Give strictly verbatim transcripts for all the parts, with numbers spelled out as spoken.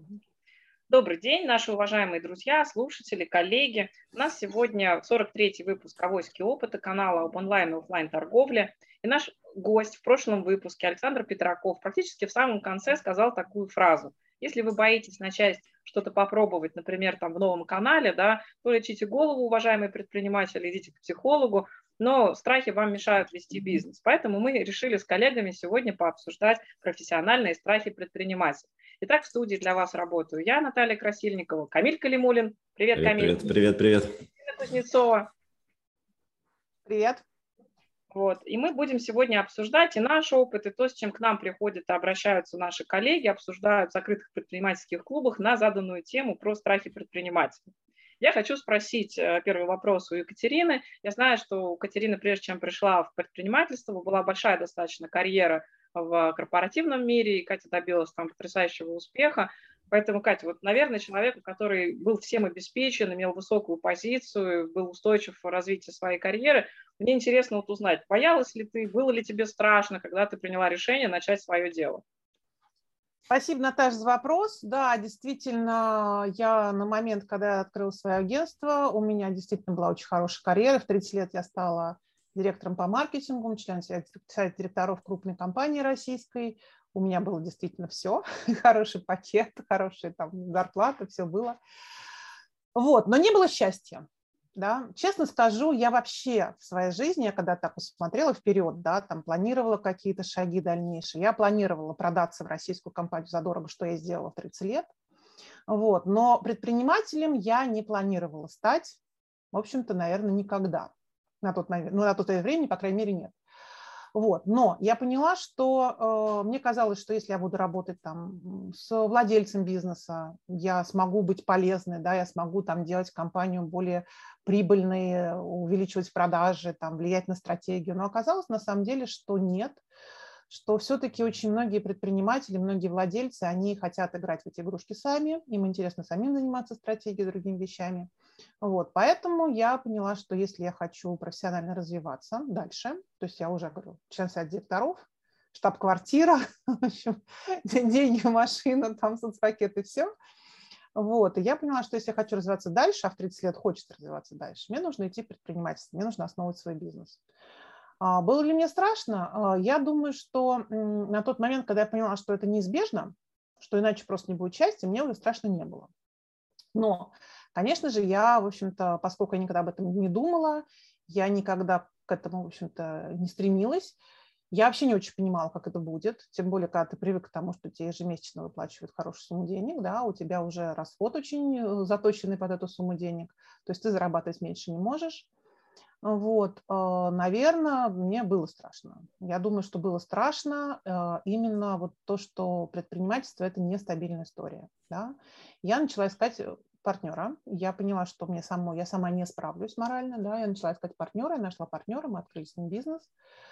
Добрый день, наши уважаемые друзья, слушатели, коллеги. У нас сегодня сорок третий выпуск «Авоськи опыта» канала об онлайн и офлайн торговле. И наш гость в прошлом выпуске, Александр Петраков, практически в самом конце сказал такую фразу. Если вы боитесь начать что-то попробовать, например, там в новом канале, да, то лечите голову, уважаемые предприниматели, идите к психологу, но страхи вам мешают вести бизнес. Поэтому мы решили с коллегами сегодня пообсуждать профессиональные страхи предпринимателей. Итак, в студии для вас работаю я, Наталья Красильникова, Камиль Калимулин. Привет, привет, Камиль. Привет, привет, привет. Ирина Кузнецова. Привет. Вот. И мы будем сегодня обсуждать и наш опыт, и то, с чем к нам приходят и обращаются наши коллеги, обсуждают в закрытых предпринимательских клубах на заданную тему про страхи предпринимателей. Я хочу спросить первый вопрос у Екатерины. Я знаю, что у Катерины, прежде чем пришла в предпринимательство, была большая достаточно карьера в корпоративном мире, и Катя добилась там потрясающего успеха. Поэтому, Катя, вот, наверное, человеку, который был всем обеспечен, имел высокую позицию, был устойчив в развитии своей карьеры, мне интересно вот узнать, боялась ли ты, было ли тебе страшно, когда ты приняла решение начать свое дело? Спасибо, Наташа, за вопрос. Да, действительно, я на момент, когда я открыла свое агентство, у меня действительно была очень хорошая карьера. В тридцать лет я стала директором по маркетингу, членом совета директоров крупной компании российской. У меня было действительно все. Хороший пакет, хорошая там зарплата, все было. Вот, но не было счастья. Да. Честно скажу, я вообще в своей жизни, я когда так посмотрела вперед, да, там планировала какие-то шаги дальнейшие. Я планировала продаться в российскую компанию задорого, что я сделала в тридцать лет. Вот. Но предпринимателем я не планировала стать, в общем-то, наверное, никогда. На тот, ну, на тот время, по крайней мере, нет. Вот. Но я поняла, что э, мне казалось, что если я буду работать там с владельцем бизнеса, я смогу быть полезной, да, я смогу там делать компанию более прибыльной, увеличивать продажи, там, влиять на стратегию. Но оказалось на самом деле, что нет, что все-таки очень многие предприниматели, многие владельцы, они хотят играть в эти игрушки сами, им интересно самим заниматься стратегией, другими вещами. Вот, поэтому я поняла, что если я хочу профессионально развиваться дальше, то есть я уже говорю, член совета директоров, штаб-квартира, в общем, деньги, машина, там соцпакет и все. Вот, и я поняла, что если я хочу развиваться дальше, а в тридцать лет хочется развиваться дальше, мне нужно идти в предпринимательство, мне нужно основывать свой бизнес. Было ли мне страшно? Я думаю, что на тот момент, когда я поняла, что это неизбежно, что иначе просто не будет счастья, мне уже страшно не было. Но, конечно же, я, в общем-то, поскольку я никогда об этом не думала, я никогда к этому, в общем-то, не стремилась, я вообще не очень понимала, как это будет, тем более, когда ты привык к тому, что тебе ежемесячно выплачивают хорошую сумму денег, да, у тебя уже расход очень заточенный под эту сумму денег, то есть ты зарабатывать меньше не можешь. Вот, наверное, мне было страшно. Я думаю, что было страшно именно вот то, что предпринимательство – это нестабильная история. Да? Я начала искать партнера. Я поняла, что мне самой, я сама не справлюсь морально. Да? Я начала искать партнера, я нашла партнера, мы открыли с ним бизнес.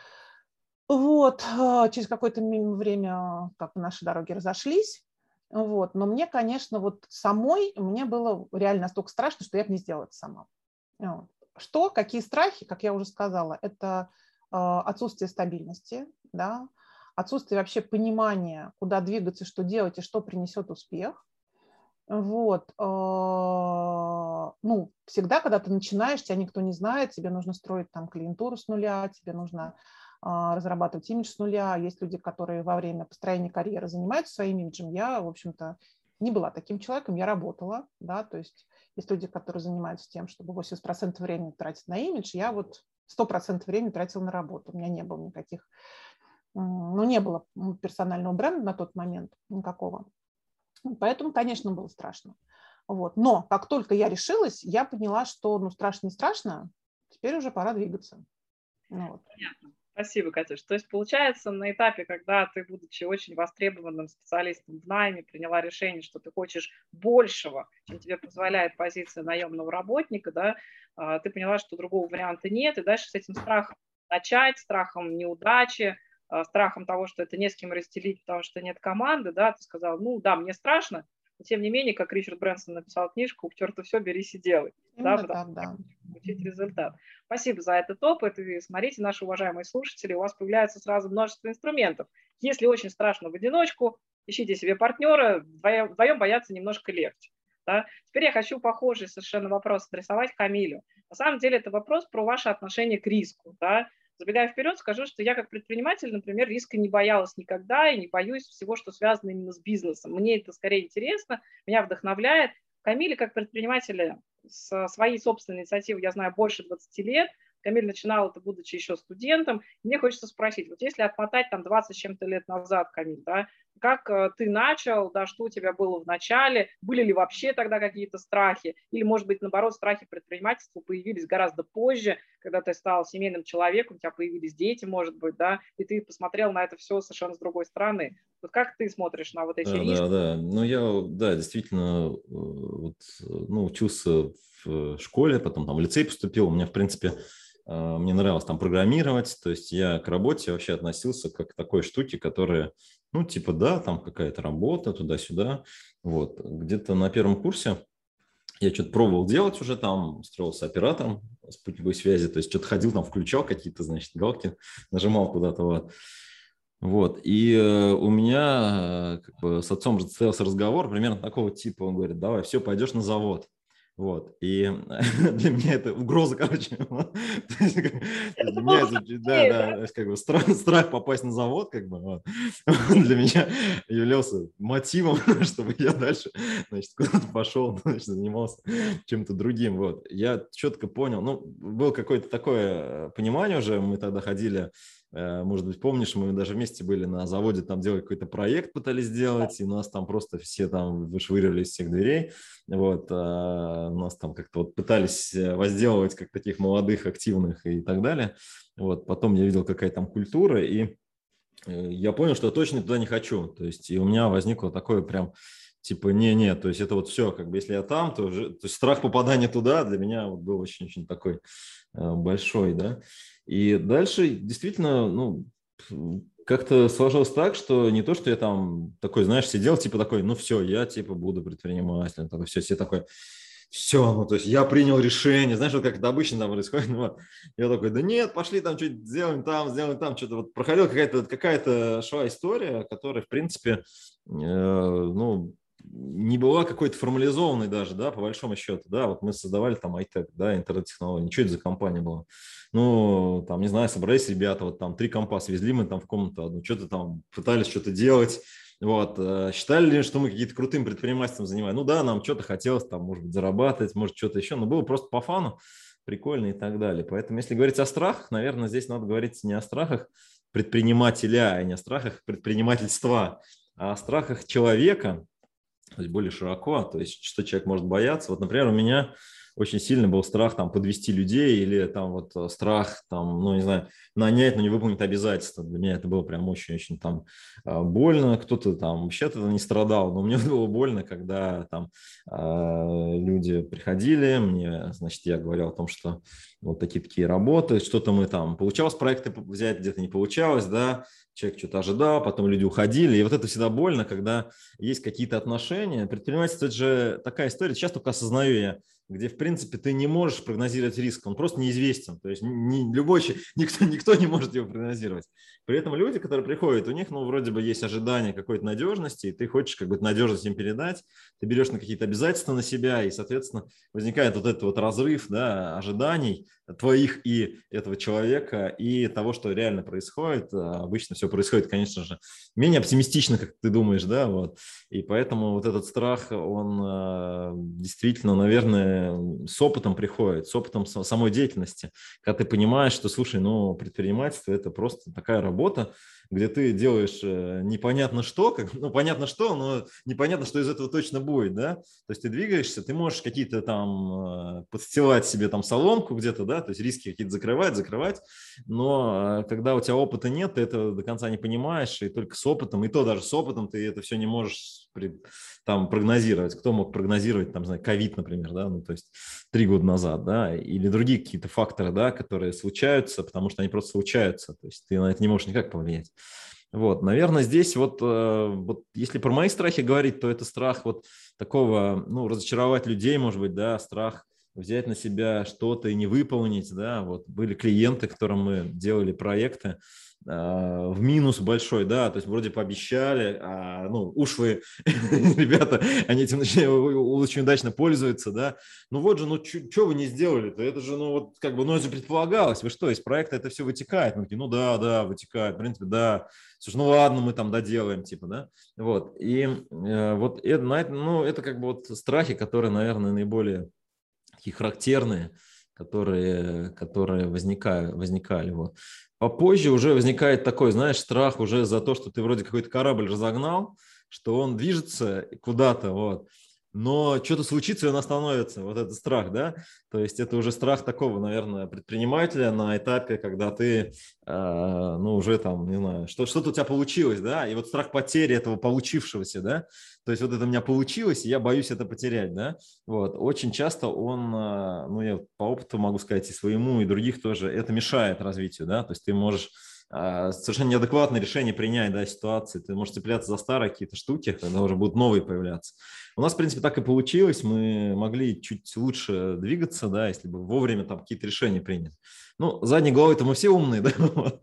Вот, через какое-то время как наши дороги разошлись. Вот. Но мне, конечно, вот самой, мне было реально настолько страшно, что я бы не сделала это сама. Вот. Что, какие страхи, как я уже сказала, это отсутствие стабильности, да, отсутствие вообще понимания, куда двигаться, что делать и что принесет успех. Вот. Ну, всегда, когда ты начинаешь, тебя никто не знает, тебе нужно строить там клиентуру с нуля, тебе нужно разрабатывать имидж с нуля. Есть люди, которые во время построения карьеры занимаются своим имиджем. Я, в общем-то, не была таким человеком, я работала, да, то есть есть люди, которые занимаются тем, чтобы восемьдесят процентов времени тратить на имидж, я вот сто процентов времени тратила на работу, у меня не было никаких, ну, не было персонального бренда на тот момент никакого, поэтому, конечно, было страшно. Вот. Но как только я решилась, я поняла, что, ну, страшно не страшно, теперь уже пора двигаться. Ну, вот. Понятно. Спасибо, Катюш. То есть, получается, на этапе, когда ты, будучи очень востребованным специалистом в найме, приняла решение, что ты хочешь большего, чем тебе позволяет позиция наемного работника, да, ты поняла, что другого варианта нет, и дальше с этим страхом начать, страхом неудачи, страхом того, что это не с кем разделить, потому что нет команды, да, ты сказала, ну да, мне страшно, но тем не менее, как Ричард Брэнсон написал книжку, к черту все, берись и делай. Именно Да, так, да. Получить результат. Спасибо за этот опыт. И смотрите, наши уважаемые слушатели, у вас появляется сразу множество инструментов. Если очень страшно в одиночку, ищите себе партнера, вдвоем, вдвоем бояться немножко легче. Да? Теперь я хочу похожий совершенно вопрос адресовать Камилю. На самом деле это вопрос про ваше отношение к риску. Да? Забегая вперед, скажу, что я как предприниматель, например, риска не боялась никогда и не боюсь всего, что связано именно с бизнесом. Мне это скорее интересно, меня вдохновляет. Камиле как предпринимателя с своей собственной инициативой, я знаю, больше двадцати лет. Камиль начинал это, будучи еще студентом. Мне хочется спросить, вот если отмотать там двадцать с чем-то лет назад, Камиль, да, как э, ты начал, да, что у тебя было в начале, были ли вообще тогда какие-то страхи, или, может быть, наоборот, страхи предпринимательства появились гораздо позже, когда ты стал семейным человеком, у тебя появились дети, может быть, да, и ты посмотрел на это все совершенно с другой стороны. Вот как ты смотришь на вот эти Да, риски? да, да. Ну, я, да, действительно, э, вот, ну, учился в школе, потом там в лицей поступил. У меня, в принципе, э, мне нравилось там программировать. То есть я к работе вообще относился как к такой штуке, которая, ну, типа, да, там какая-то работа, туда-сюда. Вот. Где-то на первом курсе я что-то пробовал делать уже там, строился оператором спутниковой связи. То есть что-то ходил там, включал какие-то, значит, галки, нажимал куда-то, вот. Вот, и э, у меня э, как бы с отцом состоялся разговор примерно такого типа, он говорит, давай, все, пойдешь на завод. Вот, и для меня это угроза, короче. Для меня это, да, да, как бы страх попасть на завод, как бы, вот, для меня являлся мотивом, чтобы я дальше, значит, куда-то пошел, значит, занимался чем-то другим, вот. Я четко понял, ну, было какое-то такое понимание уже, мы тогда ходили. Может быть, помнишь, мы даже вместе были на заводе, там делали какой-то проект, пытались сделать, и нас там просто все там вышвыривали из всех дверей. Вот, а нас там как-то вот пытались возделывать как таких молодых, активных и так далее. Вот, потом я видел, какая там культура, и я понял, что я точно туда не хочу. То есть, и у меня возникло такое прям типа не-не, то есть это вот все, как бы если я там, то, уже, то есть страх попадания туда для меня вот был очень-очень такой большой, да. И дальше действительно, ну, как-то сложилось так, что не то, что я там такой, знаешь, сидел, типа такой, ну все, я типа буду предпринимателем, такой, все, все такой, все, ну то есть я принял решение, знаешь, вот как это обычно там происходит, ну, вот. Я такой, да нет, пошли там что-то сделаем там, сделаем там, что-то вот проходила какая-то какая-то шла история, которая, в принципе, э, ну, не была какой-то формализованной даже, да, по большому счету, да, вот мы создавали там ай-тек, да, интернет-технологии, что это за компания была? Ну, там, не знаю, собрались ребята, вот там три компа свезли мы там в комнату одну, что-то там пытались что-то делать, вот, считали ли, что мы какие-то крутым предпринимательством занимаем? Ну да, нам что-то хотелось там, может быть, зарабатывать, может, что-то еще, но было просто по фану, прикольно и так далее. Поэтому, если говорить о страхах, наверное, здесь надо говорить не о страхах предпринимателя, а не о страхах предпринимательства, а о страхах человека, то есть более широко, то есть что человек может бояться. Вот, например, у меня очень сильно был страх там подвести людей или там вот страх там, ну не знаю, нанять, но не выполнить обязательства. Для меня это было прям очень-очень там больно. Кто-то там вообще от этого не страдал, но мне было больно, когда там люди приходили, мне, значит, я говорил о том, что вот такие-такие работы, что-то мы там получалось проекты взять, где-то не получалось, да, человек что-то ожидал, потом люди уходили, и вот это всегда больно, когда есть какие-то отношения. Предпринимательство – это же такая история, сейчас только осознаю я, где, в принципе, ты не можешь прогнозировать риск, он просто неизвестен, то есть не, любой, никто, никто не может его прогнозировать. При этом люди, которые приходят, у них, ну, вроде бы есть ожидание какой-то надежности, и ты хочешь как бы надежность им передать, ты берешь на какие-то обязательства на себя, и, соответственно, возникает вот этот вот разрыв, да, ожиданий твоих и этого человека, и того, что реально происходит. Обычно все происходит, конечно же, менее оптимистично, как ты думаешь, да, вот. И поэтому вот этот страх, он действительно, наверное, с опытом приходит, с опытом самой деятельности, когда ты понимаешь, что, слушай, ну, предпринимательство – это просто такая работа, где ты делаешь непонятно что, как, ну, понятно что, но непонятно, что из этого точно будет, да, то есть ты двигаешься, ты можешь какие-то там подстилать себе там соломку где-то, да, то есть риски какие-то закрывать, закрывать, но когда у тебя опыта нет, ты это до конца не понимаешь, и только с опытом, и то даже с опытом ты это все не можешь там прогнозировать. Кто мог прогнозировать, там, знаю, ковид, например, да, ну, то есть три года назад, да, или другие какие-то факторы, да, которые случаются, потому что они просто случаются, то есть ты на это не можешь никак повлиять. Вот, наверное, здесь вот, вот если про мои страхи говорить, то это страх вот такого, ну, разочаровать людей, может быть, да, страх взять на себя что-то и не выполнить, да, вот были клиенты, которым мы делали проекты, в минус большой, да, то есть вроде пообещали, а, ну, ушлые ребята, они этим очень удачно пользуются, да, ну вот же, ну что вы не сделали-то, это же, ну вот как бы, ну это же предполагалось, вы что, из проекта это все вытекает, мы такие, ну да, да, вытекает, в принципе, да, слушай, ну ладно, мы там доделаем, типа, да, вот, и э, вот это, ну, это как бы вот страхи, которые, наверное, наиболее такие характерные, которые, которые возникали, возникали. Вот. Попозже уже возникает такой, знаешь, страх уже за то, что ты вроде какой-то корабль разогнал, что он движется куда-то, вот, но что-то случится, и он остановится, вот этот страх, да, то есть это уже страх такого, наверное, предпринимателя на этапе, когда ты, э, ну, уже там, не знаю, что, что-то у тебя получилось, да, и вот страх потери этого получившегося, да, то есть вот это у меня получилось, и я боюсь это потерять, да, вот, очень часто он, ну, я по опыту могу сказать и своему, и других тоже, это мешает развитию, да, то есть ты можешь совершенно неадекватное решение принять, да, ситуации, ты можешь цепляться за старые какие-то штуки, когда уже будут новые появляться. У нас, в принципе, так и получилось, мы могли чуть лучше двигаться, да, если бы вовремя там какие-то решения приняли. Ну, задней головой-то мы все умные, да,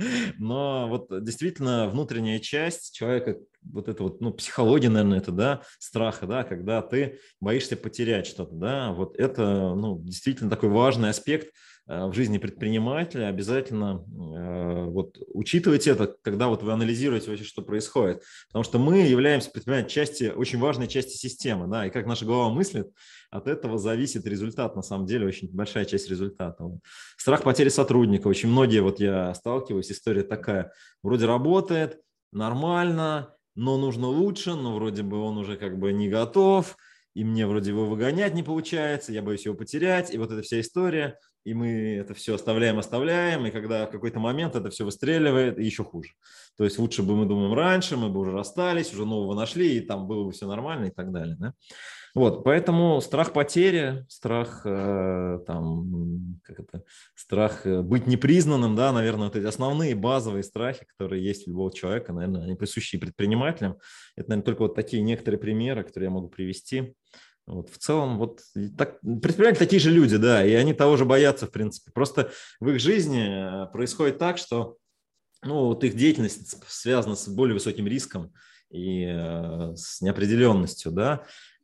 но вот действительно внутренняя часть человека, вот это вот, ну, психология, наверное, это, да, страха, да, когда ты боишься потерять что-то, да, вот это, ну, действительно такой важный аспект в жизни предпринимателя, обязательно э, вот учитывать это, когда вот вы анализируете вообще, что происходит, потому что мы являемся предпринимателем части, очень важной части системы, да, и как наша голова мыслит, от этого зависит результат, на самом деле, очень большая часть результата. Страх потери сотрудника, очень многие, вот я сталкиваюсь, история такая, вроде работает, нормально, но нужно лучше, но вроде бы он уже как бы не готов, и мне вроде его выгонять не получается, я боюсь его потерять, и вот эта вся история, и мы это все оставляем, оставляем, и когда в какой-то момент это все выстреливает, и еще хуже. То есть лучше бы мы думаем раньше, мы бы уже расстались, уже нового нашли, и там было бы все нормально и так далее. Да? Вот, поэтому страх потери, страх, э, там, как это, страх быть непризнанным, да, наверное, вот эти основные базовые страхи, которые есть у любого человека, наверное, они присущи предпринимателям. Это, наверное, только вот такие некоторые примеры, которые я могу привести. Вот, в целом, вот так, предприниматели такие же люди, да, и они того же боятся, в принципе. Просто в их жизни происходит так, что, ну, вот их деятельность связана с более высоким риском и э, с неопределенностью, да.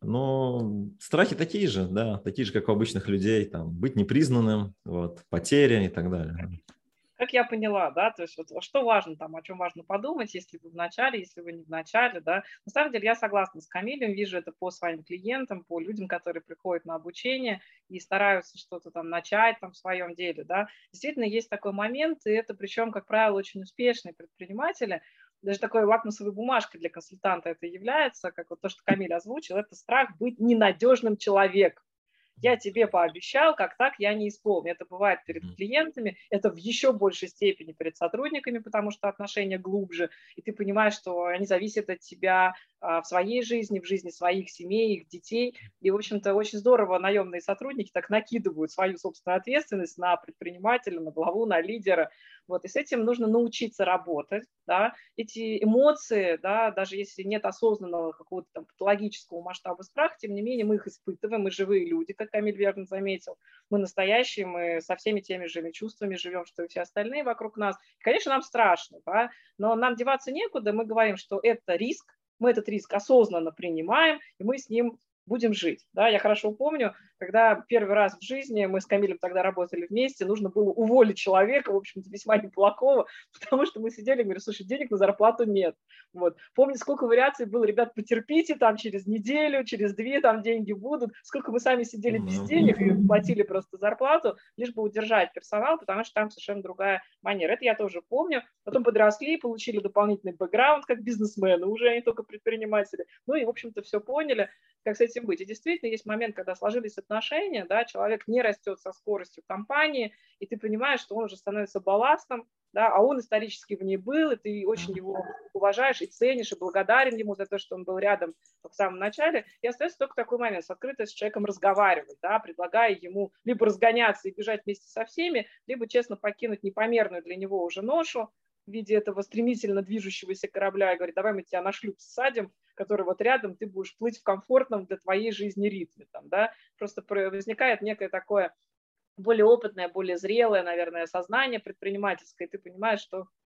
Но страхи такие же, да, такие же, как у обычных людей, там, быть непризнанным, вот, потеря и так далее. Как я поняла, да, то есть вот что важно там, о чем важно подумать, если вы в начале, если вы не в начале, да. На самом деле я согласна с Камилем, вижу это по своим клиентам, по людям, которые приходят на обучение и стараются что-то там начать там в своем деле, да. Действительно есть такой момент, и это причем, как правило, очень успешные предприниматели, даже такой лакмусовой бумажкой для консультанта это является, как вот то, что Камиль озвучил, это страх быть ненадежным человеком. Я тебе пообещал, как так я не исполню. Это бывает перед клиентами, это в еще большей степени перед сотрудниками, потому что отношения глубже, и ты понимаешь, что они зависят от тебя в своей жизни, в жизни своих семей, их детей. И, в общем-то, очень здорово наемные сотрудники так накидывают свою собственную ответственность на предпринимателя, на главу, на лидера. Вот, и с этим нужно научиться работать. Да. Эти эмоции, да, даже если нет осознанного какого-то там патологического масштаба страха, тем не менее мы их испытываем, мы живые люди, как Камиль верно заметил. Мы настоящие, мы со всеми теми же чувствами живем, что и все остальные вокруг нас. И, конечно, нам страшно, да, но нам деваться некуда. Мы говорим, что это риск, мы этот риск осознанно принимаем, и мы с ним будем жить. Да, я хорошо помню, когда первый раз в жизни мы с Камилем тогда работали вместе, нужно было уволить человека, в общем-то, весьма неплохого, потому что мы сидели и говорили, слушай, денег на зарплату нет. Вот. Помню, сколько вариаций было, ребят, потерпите, там через неделю, через две там деньги будут. Сколько мы сами сидели без денег и платили просто зарплату, лишь бы удержать персонал, потому что там совершенно другая манера. Это я тоже помню. Потом подросли, получили дополнительный бэкграунд как бизнесмены, уже а не только предприниматели. Ну и, в общем-то, все поняли, как с этим быть. И действительно есть момент, когда сложились отношения, да, человек не растет со скоростью компании, и ты понимаешь, что он уже становится балластом, да, а он исторически в ней был, и ты очень его уважаешь и ценишь, и благодарен ему за то, что он был рядом в самом начале. И остается только такой момент, с открытостью с человеком разговаривать, да, предлагая ему либо разгоняться и бежать вместе со всеми, либо честно покинуть непомерную для него уже ношу в виде этого стремительно движущегося корабля и говорить, давай мы тебя на шлюп садим, который вот рядом, ты будешь плыть в комфортном для твоей жизни ритме. Там, да? Просто возникает некое такое более опытное, более зрелое, наверное, сознание предпринимательское, и ты понимаешь, что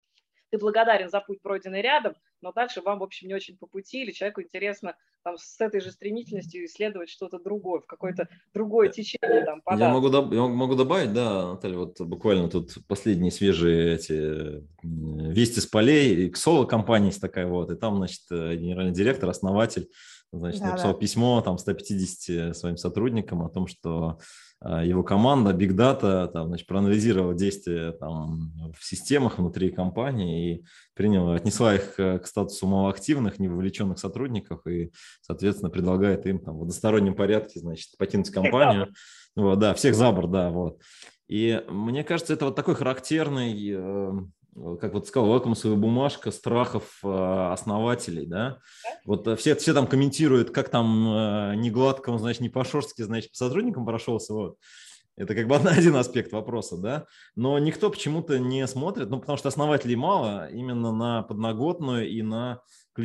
ты благодарен за путь, пройденный рядом, но дальше вам, в общем, не очень по пути, или человеку интересно там, с этой же стремительностью исследовать что-то другое, в какое-то другое течение там, Я могу, податься. я могу добавить, да, Наталья, вот буквально тут последние свежие эти вести с полей, Xolo компания есть такая вот, и там, значит, генеральный директор, основатель, значит, Да, написал да. письмо там ста пятидесяти своим сотрудникам о том, что его команда Big Data там, значит, проанализировала действия там, в системах внутри компании и приняла, отнесла их к статусу малоактивных, невовлеченных сотрудников и, соответственно, предлагает им там, в одностороннем порядке, значит, покинуть компанию. Вот, да, всех за борт, да, вот. И мне кажется, это вот такой характерный, э, как вот сказал, лакмусовая бумажка страхов э, основателей, да. Вот э, все, все там комментируют, как там э, не гладко он, значит, не по-шорстски, значит, по сотрудникам прошелся, вот. Это как бы один аспект вопроса, да. Но никто почему-то не смотрит, ну, потому что основателей мало, именно на подноготную и на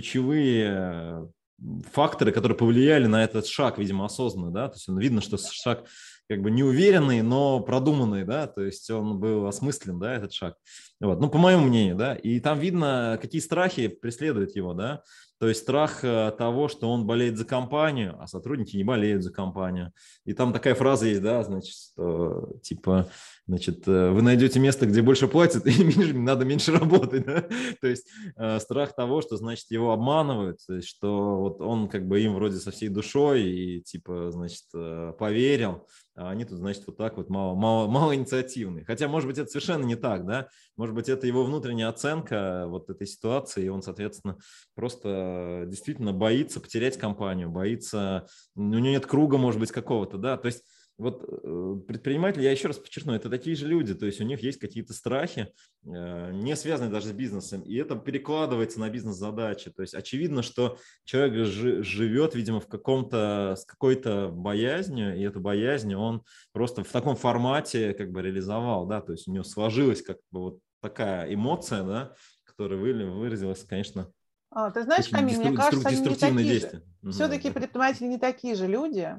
ключевые факторы, которые повлияли на этот шаг, видимо, осознанно, да. То есть видно, что шаг как бы неуверенный, но продуманный, да, то есть он был осмыслен, да, этот шаг. Вот. Ну, по моему мнению, да, и там видно, какие страхи преследуют его, да, то есть страх того, что он болеет за компанию, а сотрудники не болеют за компанию. И там такая фраза есть, да, значит, что, типа, значит, вы найдете место, где больше платят, и меньше, надо меньше работать, да? То есть страх того, что, значит, его обманывают, то есть, что вот он как бы им вроде со всей душой и, типа, значит, поверил, а они тут, значит, вот так вот мало, мало, мало инициативные. Хотя, может быть, это совершенно не так, да? Может быть, это его внутренняя оценка вот этой ситуации, и он, соответственно, просто действительно боится потерять компанию, боится, у него нет круга, может быть, какого-то, да? То есть вот предприниматели, я еще раз подчеркну, это такие же люди, то есть у них есть какие-то страхи, не связанные даже с бизнесом, и это перекладывается на бизнес-задачи. То есть очевидно, что человек живет, видимо, в каком-то, с какой-то боязнью, и эту боязнь он просто в таком формате как бы реализовал, да, то есть у него сложилась как бы вот такая эмоция, да, которая выразилась, конечно, а, ты знаешь, Камиль, мне кажется, они не такие же. Все-таки предприниматели не такие же люди.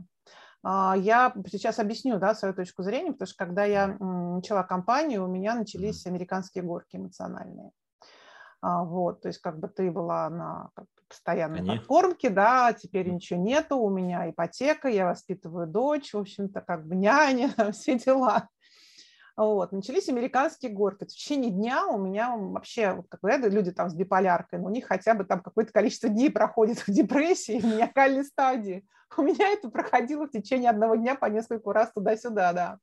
Я сейчас объясню, да, свою точку зрения, потому что когда я начала компанию, у меня начались американские горки эмоциональные. Вот, то есть как бы ты была на как бы, постоянной Они... подкормке, да, теперь ничего нету, у меня ипотека, я воспитываю дочь, в общем-то, как бы няня, все дела. Вот, начались американские горки. В течение дня у меня вообще, вот, как говорят, люди там с биполяркой, но у них хотя бы там какое-то количество дней проходит в депрессии, в маниакальной стадии. У меня это проходило в течение одного дня по нескольку раз туда-сюда, да.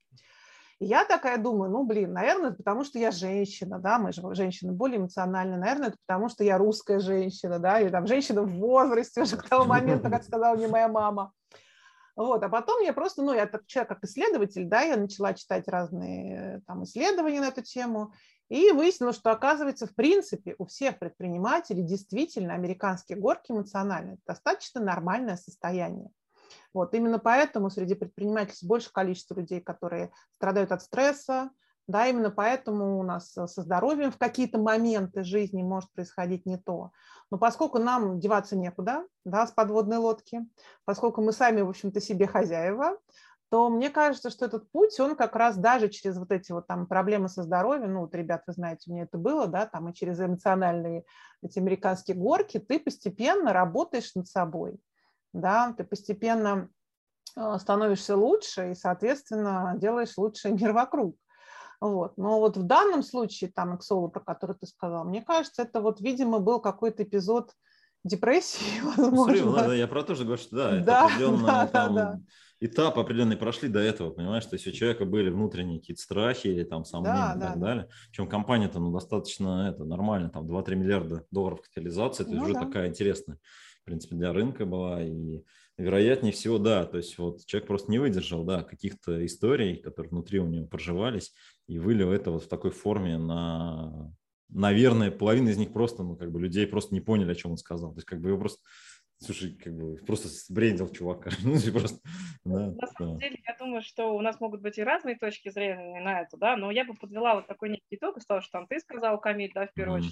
И я такая думаю, ну, блин, наверное, это потому, что я женщина, да, мы же женщины более эмоциональные, наверное, это потому, что я русская женщина, да, или там женщина в возрасте уже к тому моменту, как сказала мне моя мама. Вот, а потом я просто, ну, я так человек как исследователь, да, я начала читать разные там исследования на эту тему, и выяснилось, что, оказывается, в принципе, у всех предпринимателей действительно американские горки эмоциональные. Это достаточно нормальное состояние. Вот, именно поэтому среди предпринимателей больше количество людей, которые страдают от стресса, да, именно поэтому у нас со здоровьем в какие-то моменты жизни может происходить не то. Но поскольку нам деваться некуда, да, с подводной лодки, поскольку мы сами, в общем-то, себе хозяева, то мне кажется, что этот путь, он как раз даже через вот эти вот там проблемы со здоровьем, ну вот, ребят, вы знаете, у меня это было, да, там и через эмоциональные эти американские горки, ты постепенно работаешь над собой, да, ты постепенно становишься лучше и, соответственно, делаешь лучший мир вокруг. Вот. Но вот в данном случае, там, Xolo, про который ты сказал, мне кажется, это вот, видимо, был какой-то эпизод депрессии, возможно. Срыв, да, да, я про то же говорю, что да, это да, определенный да, там да, да. этап определенный прошли до этого, понимаешь, то есть у человека были внутренние какие-то страхи или там сомнения Да, и да, так да. далее. Причем компания-то ну, достаточно это, нормально, там два-три миллиарда долларов капитализации, то есть Ну, уже да. такая интересная, в принципе, для рынка была и вероятнее всего, да, то есть вот человек просто не выдержал, да, каких-то историй, которые внутри у него проживались, и вылил это вот в такой форме на, наверное, половина из них просто, ну, как бы людей просто не поняли, о чем он сказал, то есть как бы его просто, слушай, как бы просто сбрендил чувак, ну, просто, да, на самом да. деле, я думаю, что у нас могут быть и разные точки зрения на это, да, но я бы подвела вот такой некий итог и сказала, что там ты сказал, Камиль, да, в первую Mm-hmm. очередь,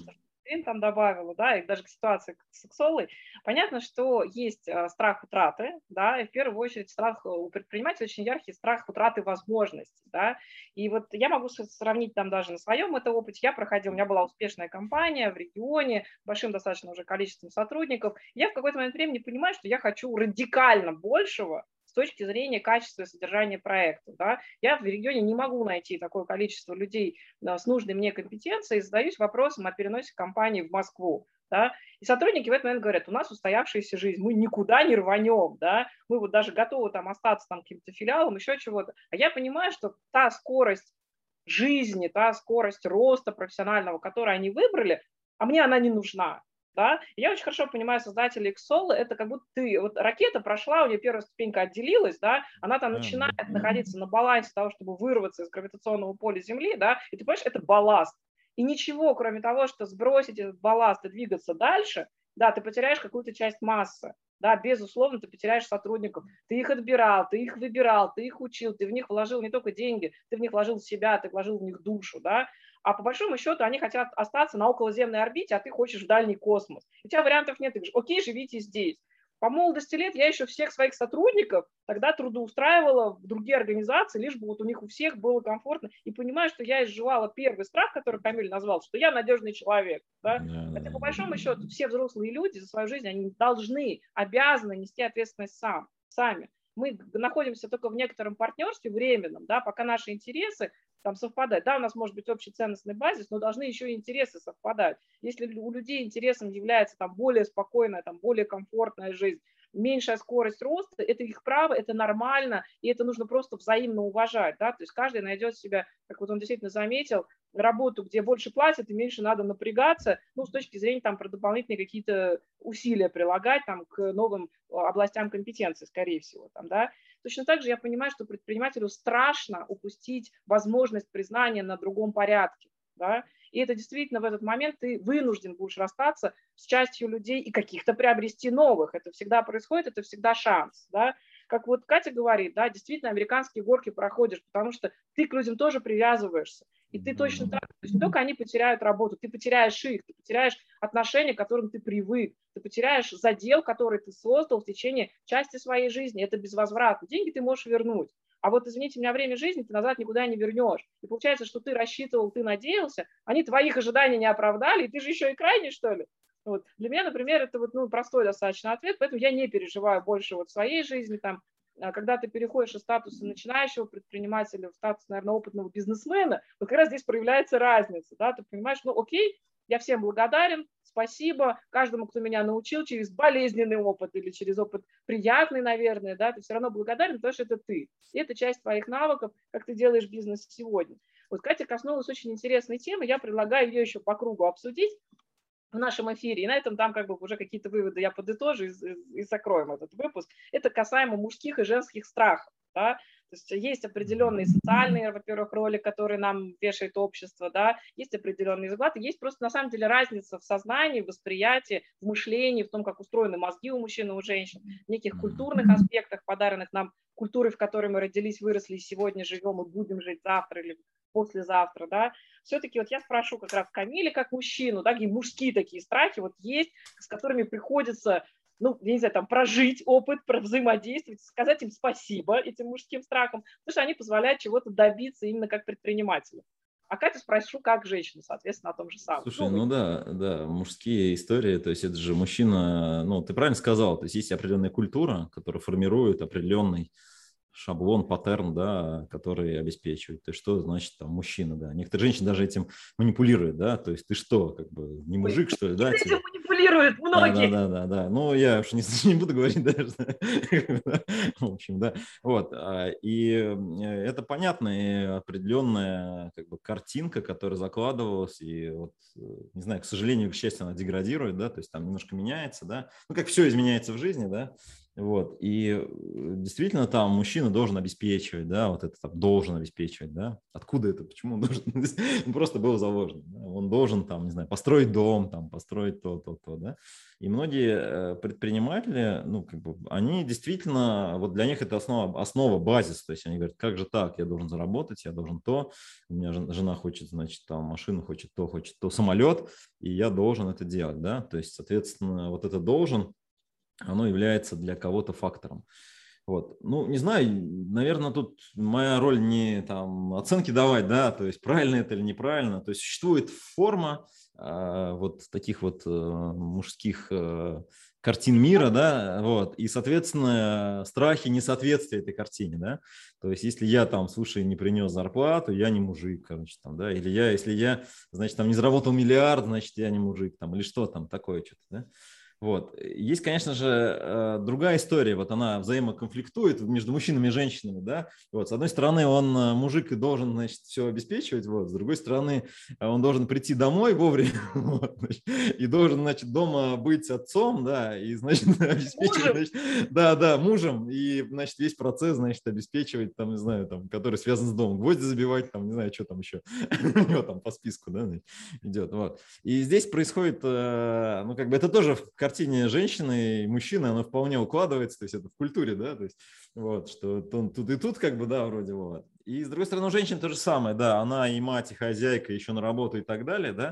Екатерина там добавила, да, и даже к ситуации с сексолой, понятно, что есть э, страх утраты, да, и в первую очередь страх у предпринимателя очень яркий страх утраты возможностей, да, и вот я могу сравнить там даже на своем это опыте, я проходила, у меня была успешная компания в регионе, большим достаточно уже количеством сотрудников, я в какой-то момент времени понимаю, что я хочу радикально большего, с точки зрения качества и содержания проекта. Да? Я в регионе не могу найти такое количество людей с нужной мне компетенцией, и задаюсь вопросом о переносе компании в Москву. Да? И сотрудники в этот момент говорят, у нас устоявшаяся жизнь, мы никуда не рванем, да? Мы вот даже готовы там остаться там каким-то филиалом, еще чего-то. А я понимаю, что та скорость жизни, та скорость роста профессионального, которую они выбрали, а мне она не нужна. Да? Я очень хорошо понимаю создателей Xolo, это как будто ты, вот ракета прошла, у нее первая ступенька отделилась, да, она там начинает находиться на балансе того, чтобы вырваться из гравитационного поля Земли, да, и ты понимаешь, это балласт. И ничего, кроме того, что сбросить этот балласт и двигаться дальше, да, ты потеряешь какую-то часть массы. Да, безусловно, ты потеряешь сотрудников. Ты их отбирал, ты их выбирал, ты их учил, ты в них вложил не только деньги, ты в них вложил себя, ты вложил в них душу, да. А по большому счету они хотят остаться на околоземной орбите, а ты хочешь в дальний космос. У тебя вариантов нет, ты говоришь, окей, живите здесь. По молодости лет я еще всех своих сотрудников тогда трудоустраивала в другие организации, лишь бы вот у них у всех было комфортно. И понимаю, что я изживала первый страх, который Камиль назвал, что я надежный человек. Да? Да, Хотя по большому счету все взрослые люди за свою жизнь, они должны, обязаны нести ответственность сам, сами. Мы находимся только в некотором партнерстве временном, да, пока наши интересы там совпадать. Да, у нас может быть общий ценностный базис, но должны еще и интересы совпадать. Если у людей интересом является там более спокойная, там более комфортная жизнь, меньшая скорость роста, это их право, это нормально, и это нужно просто взаимно уважать, да, то есть каждый найдет себя, как вот он действительно заметил, работу, где больше платят и меньше надо напрягаться, ну, с точки зрения там про дополнительные какие-то усилия прилагать там к новым областям компетенции, скорее всего, там, да. Точно так же я понимаю, что предпринимателю страшно упустить возможность признания на другом порядке, да, и это действительно в этот момент ты вынужден будешь расстаться с частью людей и каких-то приобрести новых. Это всегда происходит, это всегда шанс, да. Как вот Катя говорит, да, действительно американские горки проходишь, потому что ты к людям тоже привязываешься. И ты точно так, то есть не только они потеряют работу, ты потеряешь их, ты потеряешь отношения, к которым ты привык, ты потеряешь задел, который ты создал в течение части своей жизни. Это безвозвратно. Деньги ты можешь вернуть. А вот, извините меня, время жизни ты назад никуда не вернешь. И получается, что ты рассчитывал, ты надеялся, они твоих ожиданий не оправдали, и ты же еще и крайний, что ли? Вот. Для меня, например, это вот, ну, простой достаточно ответ, поэтому я не переживаю больше вот в своей жизни, там, когда ты переходишь из статуса начинающего предпринимателя в статус, наверное, опытного бизнесмена, вот как раз здесь проявляется разница, да, ты понимаешь, ну, окей, я всем благодарен, спасибо каждому, кто меня научил через болезненный опыт или через опыт приятный, наверное, да, ты все равно благодарен, потому что это ты. И это часть твоих навыков, как ты делаешь бизнес сегодня. Вот Катя коснулась очень интересной темы, я предлагаю ее еще по кругу обсудить в нашем эфире, и на этом там как бы уже какие-то выводы я подытожу и, и, и закроем этот выпуск. Это касаемо мужских и женских страхов, да, то есть есть определенные социальные, во-первых, роли, которые нам вешает общество, да, есть определенные взгляды, есть просто на самом деле разница в сознании, в восприятии, в мышлении, в том, как устроены мозги у мужчин и у женщин, в неких культурных аспектах, подаренных нам культурой, в которой мы родились, выросли, и сегодня живем, и будем жить завтра или послезавтра, да. Все-таки вот я спрошу как раз Камиля как мужчину, да, какие мужские такие страхи вот есть, с которыми приходится, ну, я не знаю, там, прожить опыт, взаимодействовать, сказать им спасибо, этим мужским страхам, потому что они позволяют чего-то добиться именно как предпринимателю. А Катю спрошу как женщину, соответственно, о том же самом. Слушай, ну, ну да, да, мужские истории, то есть это же мужчина, ну, ты правильно сказал, то есть есть определенная культура, которая формирует определенный шаблон, паттерн, да, который обеспечивает. То есть что значит там мужчина, да. Некоторые женщины даже этим манипулируют, да, то есть ты что, как бы не мужик, что ли, да? Этим тебе? Манипулируют многие. Да, да, да, да, да. Ну, я уж не, не буду говорить даже. В общем, да. Вот. И это понятная определенная как бы картинка, которая закладывалась, и вот, не знаю, к сожалению, к счастью, она деградирует, да, то есть там немножко меняется, да. Ну, как все изменяется в жизни, да. Вот. И действительно там мужчина должен обеспечивать, да, вот это там, должен обеспечивать, да. Откуда это, почему он должен? Он просто был заложен. Да? Он должен там, не знаю, построить дом, там, построить то, то, то, да. И многие предприниматели, ну, как бы, они действительно, вот для них это основа, основа, базис, то есть они говорят, как же так, я должен заработать, я должен то, у меня жена хочет, значит, там, машину хочет то, хочет то, самолет, и я должен это делать, да, то есть, соответственно, вот это должен, оно является для кого-то фактором. Вот. Ну, не знаю, наверное, тут моя роль не там оценки давать, да, то есть правильно это или неправильно. То есть существует форма э, вот таких вот э, мужских э, картин мира, да, вот, и, соответственно, страхи несоответствия этой картине, да. То есть если я там, слушай, не принес зарплату, я не мужик, короче, там, да, или я, если я, значит, там не заработал миллиард, значит, я не мужик, там, или что там такое что-то, да. Вот. Есть, конечно же, другая история, вот она взаимоконфликтует между мужчинами и женщинами, да, вот, с одной стороны, он мужик и должен, значит, все обеспечивать, вот, с другой стороны, он должен прийти домой вовремя, вот, значит, и должен, значит, дома быть отцом, да, и, значит, обеспечивать, значит, да, да, мужем, и, значит, весь процесс, значит, обеспечивать, там, не знаю, там, который связан с домом, гвозди забивать, там, не знаю, что там еще, у него там по списку, да, идет, вот, и здесь происходит, ну, как бы, это тоже в картине женщины и мужчины, оно вполне укладывается, то есть это в культуре, да, то есть вот, что тут и тут как бы, да, вроде вот. И с другой стороны, у женщин то же самое, да, она и мать, и хозяйка, еще на работу и так далее, да,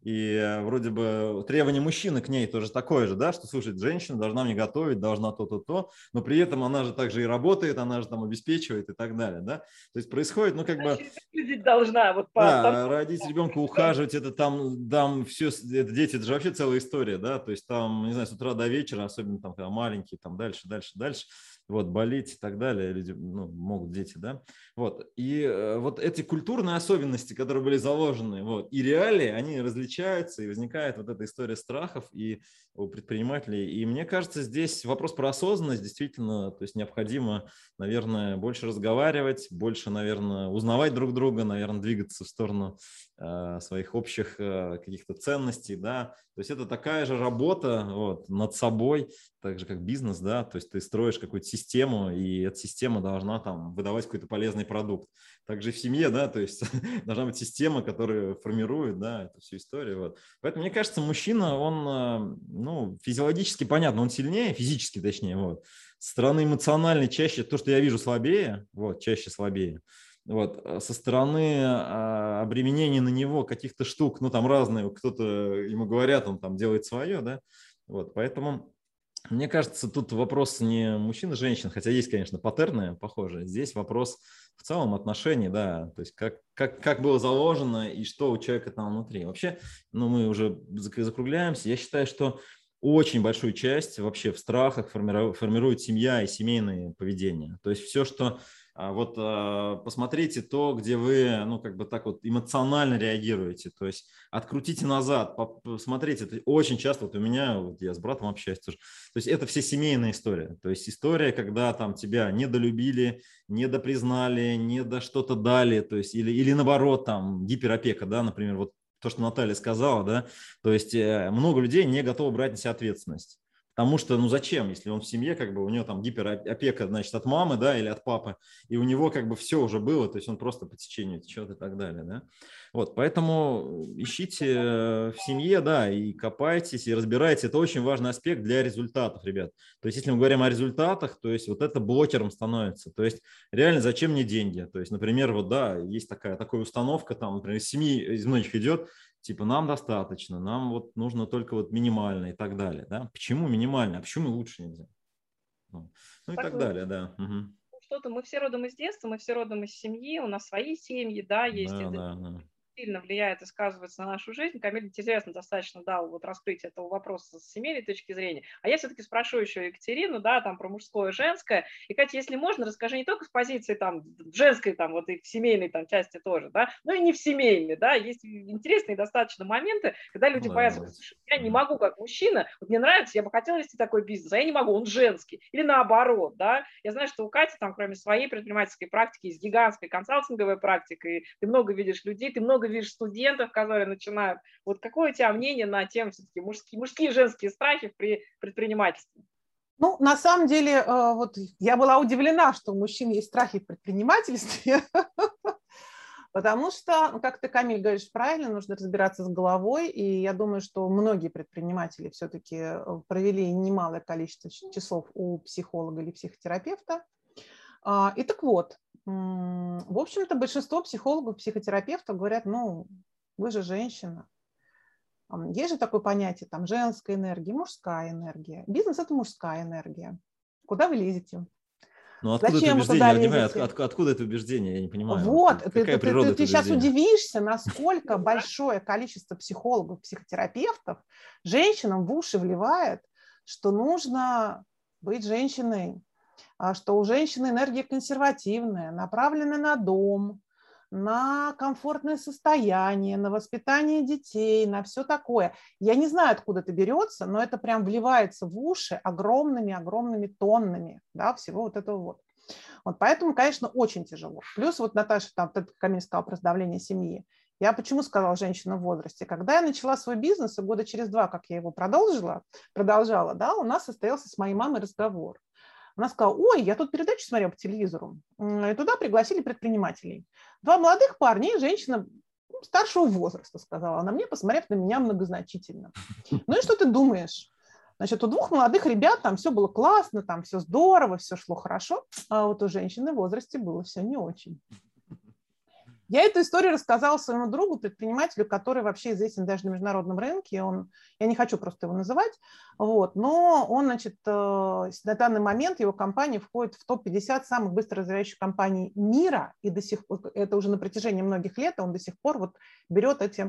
и вроде бы требование мужчины к ней тоже такое же, да, что, слушай, женщина должна мне готовить, должна то-то-то, но при этом она же также и работает, она же там обеспечивает и так далее, да, то есть происходит, ну, как бы… должна, вот по да, родить ребенка, ухаживать, это там, там все, это дети, это же вообще целая история, да, то есть там, не знаю, с утра до вечера, особенно там, когда маленькие, там дальше, дальше, дальше, вот, болеть и так далее, люди, ну, могут дети, да, вот, и э, вот эти культурные особенности, которые были заложены, вот, и реалии, они различаются, и возникает вот эта история страхов и у предпринимателей, и мне кажется, здесь вопрос про осознанность, действительно, то есть необходимо, наверное, больше разговаривать, больше, наверное, узнавать друг друга, наверное, двигаться в сторону э, своих общих э, каких-то ценностей, да, то есть это такая же работа вот, над собой, так же как бизнес, да, то есть ты строишь какую-то систему, и эта система должна там выдавать какой-то полезный продукт. Также в семье, да, то есть должна быть система, которая формирует, да, эту всю историю, вот. Поэтому, мне кажется, мужчина, он, ну, физиологически, понятно, он сильнее, физически точнее, вот. Со стороны эмоциональной чаще, то, что я вижу, слабее, вот, чаще слабее. Вот. Со стороны а, обременения на него каких-то штук, ну, там разные, кто-то ему говорят, он там делает свое, да, вот, поэтому… Мне кажется, тут вопрос не мужчин и женщин, хотя есть, конечно, паттерны похожие. Здесь вопрос в целом отношений, да, то есть как, как, как было заложено и что у человека там внутри. Вообще, ну, мы уже закругляемся. Я считаю, что очень большую часть вообще в страхах формирует, формирует семья и семейное поведение. То есть все, что… Вот посмотрите то, где вы, ну, как бы так вот эмоционально реагируете, то есть открутите назад, посмотрите, это очень часто, вот у меня, вот я с братом общаюсь тоже, то есть это все семейная история, то есть история, когда там тебя недолюбили, недопризнали, не до что-то дали, то есть или, или наоборот там гиперопека, да, например, вот то, что Наталья сказала, да, то есть много людей не готовы брать на себя ответственность. Потому что, ну зачем, если он в семье, как бы у него там гиперопека, значит, от мамы, да, или от папы, и у него как бы все уже было, то есть он просто по течению течет и так далее, да. Вот, поэтому ищите в семье, да, и копайтесь, и разбирайтесь, это очень важный аспект для результатов, ребят. То есть если мы говорим о результатах, то есть вот это блокером становится, то есть реально зачем мне деньги, то есть, например, вот, да, есть такая, такая установка, там, например, из семьи, из многих идет, типа нам достаточно, нам вот нужно только вот минимально и так далее. Да? Почему минимально, а почему лучше нельзя? Ну, ну и так, так далее, да. Угу. Что-то мы все родом из детства, мы все родом из семьи, у нас свои семьи, да, есть. Да, это да, да. Сильно влияет и сказывается на нашу жизнь. Камиль интересно достаточно дал вот раскрытие этого вопроса с семейной точки зрения. А я все-таки спрошу еще Екатерину, да, там про мужское и женское. И, Катя, если можно, расскажи не только с позиции там женской, там вот и в семейной там части тоже, да, но и не в семейной, да. Есть интересные достаточно моменты, когда люди ну, боятся, да, я не могу как мужчина, вот мне нравится, я бы хотела вести такой бизнес, а я не могу, он женский. Или наоборот, да. Я знаю, что у Кати там, кроме своей предпринимательской практики, есть гигантская консалтинговая практика, и ты много видишь людей, ты много видишь студентов, которые начинают. Вот какое у тебя мнение на тему все-таки мужские, мужские и женские страхи при предпринимательстве? Ну, на самом деле, вот я была удивлена, что у мужчин есть страхи в предпринимательстве, потому что, как ты, Камиль, говоришь правильно, нужно разбираться с головой, и я думаю, что многие предприниматели все-таки провели немалое количество часов у психолога или психотерапевта. И так вот, в общем-то, большинство психологов, психотерапевтов говорят, ну, вы же женщина. Есть же такое понятие, там, женская энергия, мужская энергия. Бизнес – это мужская энергия. Куда вы лезете? Ну, откуда Зачем это вы убеждение? туда Я не понимаю, лезете? от, откуда это убеждение? Я не понимаю. Вот, Какая ты, ты, природа ты, ты этого сейчас убеждения? удивишься, насколько большое количество психологов, психотерапевтов женщинам в уши вливает, что нужно быть женщиной, что у женщины энергия консервативная, направленная на дом, на комфортное состояние, на воспитание детей, на все такое. Я не знаю, откуда это берется, но это прям вливается в уши огромными-огромными тоннами, да, всего вот этого вот. Вот поэтому, конечно, очень тяжело. Плюс вот Наташа, там, ты, Камиль, сказала про сдавление семьи. Я почему сказала женщина в возрасте? Когда я начала свой бизнес, и года через два, как я его продолжила, продолжала, да, у нас состоялся с моей мамой разговор. Она сказала, ой, я тут передачу смотрела по телевизору, и туда пригласили предпринимателей. Два молодых парня и женщина старшего возраста, сказала она мне, посмотрев на меня многозначительно. Ну и что ты думаешь? Значит, у двух молодых ребят там все было классно, там все здорово, все шло хорошо, а вот у женщины в возрасте было все не очень. Я эту историю рассказала своему другу, предпринимателю, который вообще известен даже на международном рынке. Он, я не хочу просто его называть, вот, но он, значит, на данный момент его компания входит в топ пятьдесят самых быстро развивающих компаний мира, и до сих пор, это уже на протяжении многих лет, он до сих пор вот берет эти,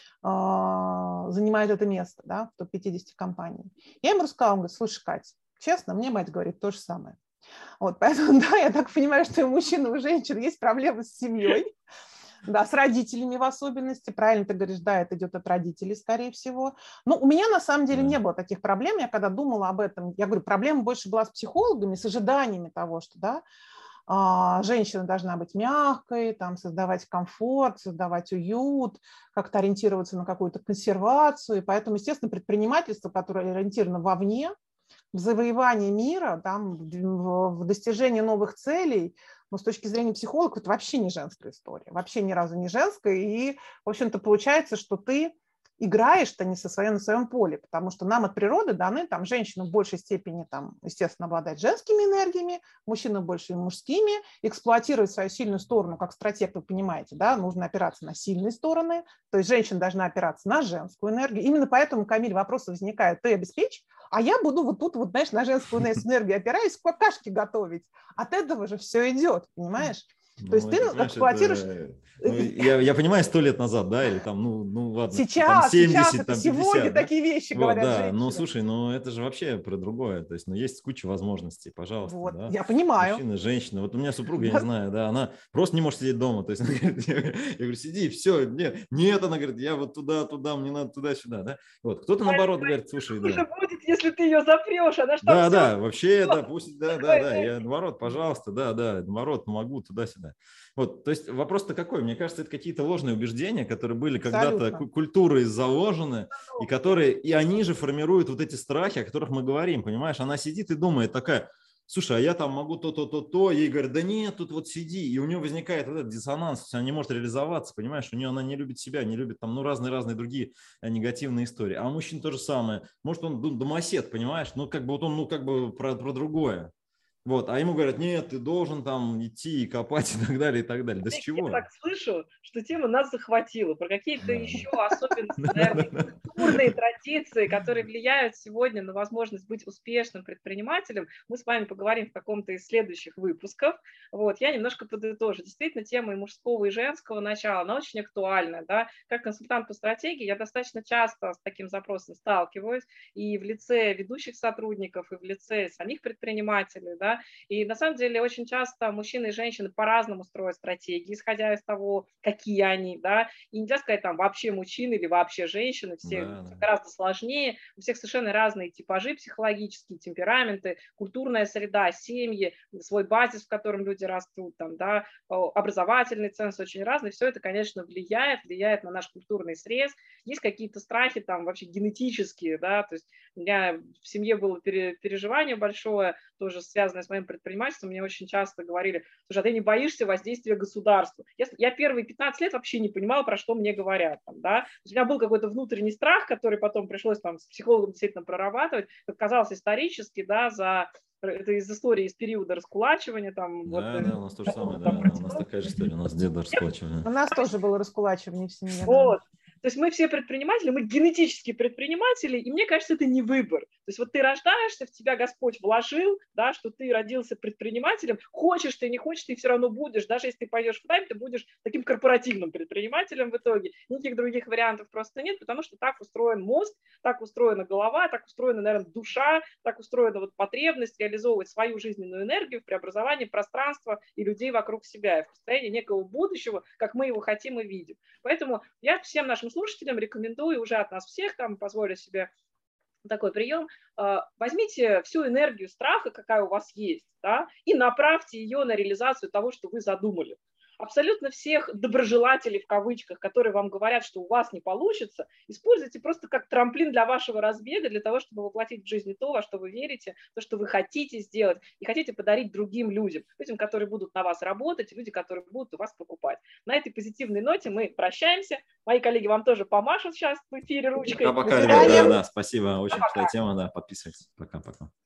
занимает это место, да, в топ пятьдесят компаний. Я ему рассказала, он говорит, слушай, Катя, честно, мне мать говорит то же самое. Вот, поэтому, да, я так понимаю, что и у мужчин, и у женщин есть проблемы с семьей. Да, с родителями в особенности. Правильно ты говоришь, да, это идет от родителей, скорее всего. Но у меня на самом деле не было таких проблем. Я когда думала об этом, я говорю, проблема больше была с психологами, с ожиданиями того, что, да, женщина должна быть мягкой, там, создавать комфорт, создавать уют, как-то ориентироваться на какую-то консервацию. И поэтому, естественно, предпринимательство, которое ориентировано вовне, в завоевании мира, там, в достижении новых целей, но с точки зрения психологов это вообще не женская история, вообще ни разу не женская. И, в общем-то, получается, что ты играешь-то не со своей, на своем поле, потому что нам от природы даны, там, женщины в большей степени, там, естественно, обладать женскими энергиями, мужчины больше мужскими, эксплуатировать свою сильную сторону, как стратег, вы понимаете, да, нужно опираться на сильные стороны, то есть женщина должна опираться на женскую энергию. Именно поэтому, Камиль, вопросы возникают, ты обеспечь, а я буду вот тут, вот, знаешь, на женскую энергию опираюсь, какашки готовить. От этого же все идет, понимаешь? Ну, То есть ты эксплуатируешь... Это... Ну, я, я понимаю, сто лет назад, да, или там, ну, ну ладно, сейчас, там семьдесят, сейчас, это там сегодня пятьдесят, да? такие вещи Вот, говорят да, женщины. ну, слушай, ну, это же вообще про другое, то есть, ну, есть куча возможностей, пожалуйста, вот, да. Я понимаю. Мужчина, женщина, вот у меня супруга, я не знаю, да, она просто не может сидеть дома, то есть, она говорит, я, я говорю, сиди, все, нет, нет, она говорит, я вот туда, туда, мне надо туда-сюда, да. Вот, кто-то наоборот говорит, слушай, да. Хуже будет, если ты ее запрешь, она что Да, все... да, вообще, да, пусть, да, да, да, я, наоборот, пожалуйста, да, да, наоборот, могу туда-сюда. Вот, то есть вопрос-то какой? Мне кажется, это какие-то ложные убеждения, которые были когда-то культурой заложены, и которые, и они же формируют вот эти страхи, о которых мы говорим, понимаешь? Она сидит и думает такая, слушай, а я там могу то-то, то-то, ей говорят, да нет, тут вот сиди, и у нее возникает вот этот диссонанс, она не может реализоваться, понимаешь? У нее она не любит себя, не любит там, ну, разные-разные другие негативные истории. А у мужчин то же самое. Может, он домосед, понимаешь? Ну, как бы вот он, ну, как бы про, про другое. Вот, а ему говорят, нет, ты должен там идти и копать и так далее, и так далее. Да с чего? Я так слышу, что тема нас захватила, про какие-то еще особенности, наверное, культурные традиции, которые влияют сегодня на возможность быть успешным предпринимателем. Мы с вами поговорим в каком-то из следующих выпусков. Вот, я немножко подытожу. Действительно, тема и мужского, и женского начала, она очень актуальна. Да? Как консультант по стратегии я достаточно часто с таким запросом сталкиваюсь и в лице ведущих сотрудников, и в лице самих предпринимателей, да, да, и на самом деле очень часто мужчины и женщины по-разному строят стратегии, исходя из того, какие они, да, и нельзя сказать там вообще мужчины или вообще женщины, все Да, да. гораздо сложнее, у всех совершенно разные типажи психологические, темпераменты, культурная среда, семьи, свой базис, в котором люди растут, там, да, образовательный ценз очень разный, все это, конечно, влияет, влияет на наш культурный срез, есть какие-то страхи там вообще генетические, да, то есть у меня в семье было переживание большое, тоже связанное с моим предпринимательством, мне очень часто говорили: слушай, а ты не боишься воздействия государства? Я, я первые пятнадцать лет вообще не понимала, про что мне говорят, там, да, у меня был какой-то внутренний страх, который потом пришлось там с психологом действительно прорабатывать, как казалось исторически, да, за это из истории, из периода раскулачивания. Там, да, вот, да, у нас то же самое, да, у нас такая же история, у нас деда раскулачивали. У нас тоже было раскулачивание в семье. Вот. То есть мы все предприниматели, мы генетические предприниматели, и мне кажется, это не выбор. То есть вот ты рождаешься, в тебя Господь вложил, да, что ты родился предпринимателем, хочешь ты, не хочешь, ты все равно будешь, даже если ты пойдешь в найм, ты будешь таким корпоративным предпринимателем в итоге. Никаких других вариантов просто нет, потому что так устроен мозг, так устроена голова, так устроена, наверное, душа, так устроена вот потребность реализовывать свою жизненную энергию в преобразовании пространства и людей вокруг себя, и в построении некого будущего, как мы его хотим и видим. Поэтому я всем нашим слушателям рекомендую уже от нас всех, там, позволю себе такой прием, возьмите всю энергию страха, какая у вас есть, да, и направьте ее на реализацию того, что вы задумали. Абсолютно всех доброжелателей, в кавычках, которые вам говорят, что у вас не получится, используйте просто как трамплин для вашего разбега, для того, чтобы воплотить в жизни то, во что вы верите, то, что вы хотите сделать и хотите подарить другим людям, людям, которые будут на вас работать, люди, которые будут у вас покупать. На этой позитивной ноте мы прощаемся. Мои коллеги вам тоже помашут сейчас в эфире ручкой. Пока-пока, ребята, да, да, спасибо, очень крутая тема, да, подписывайтесь. Пока-пока.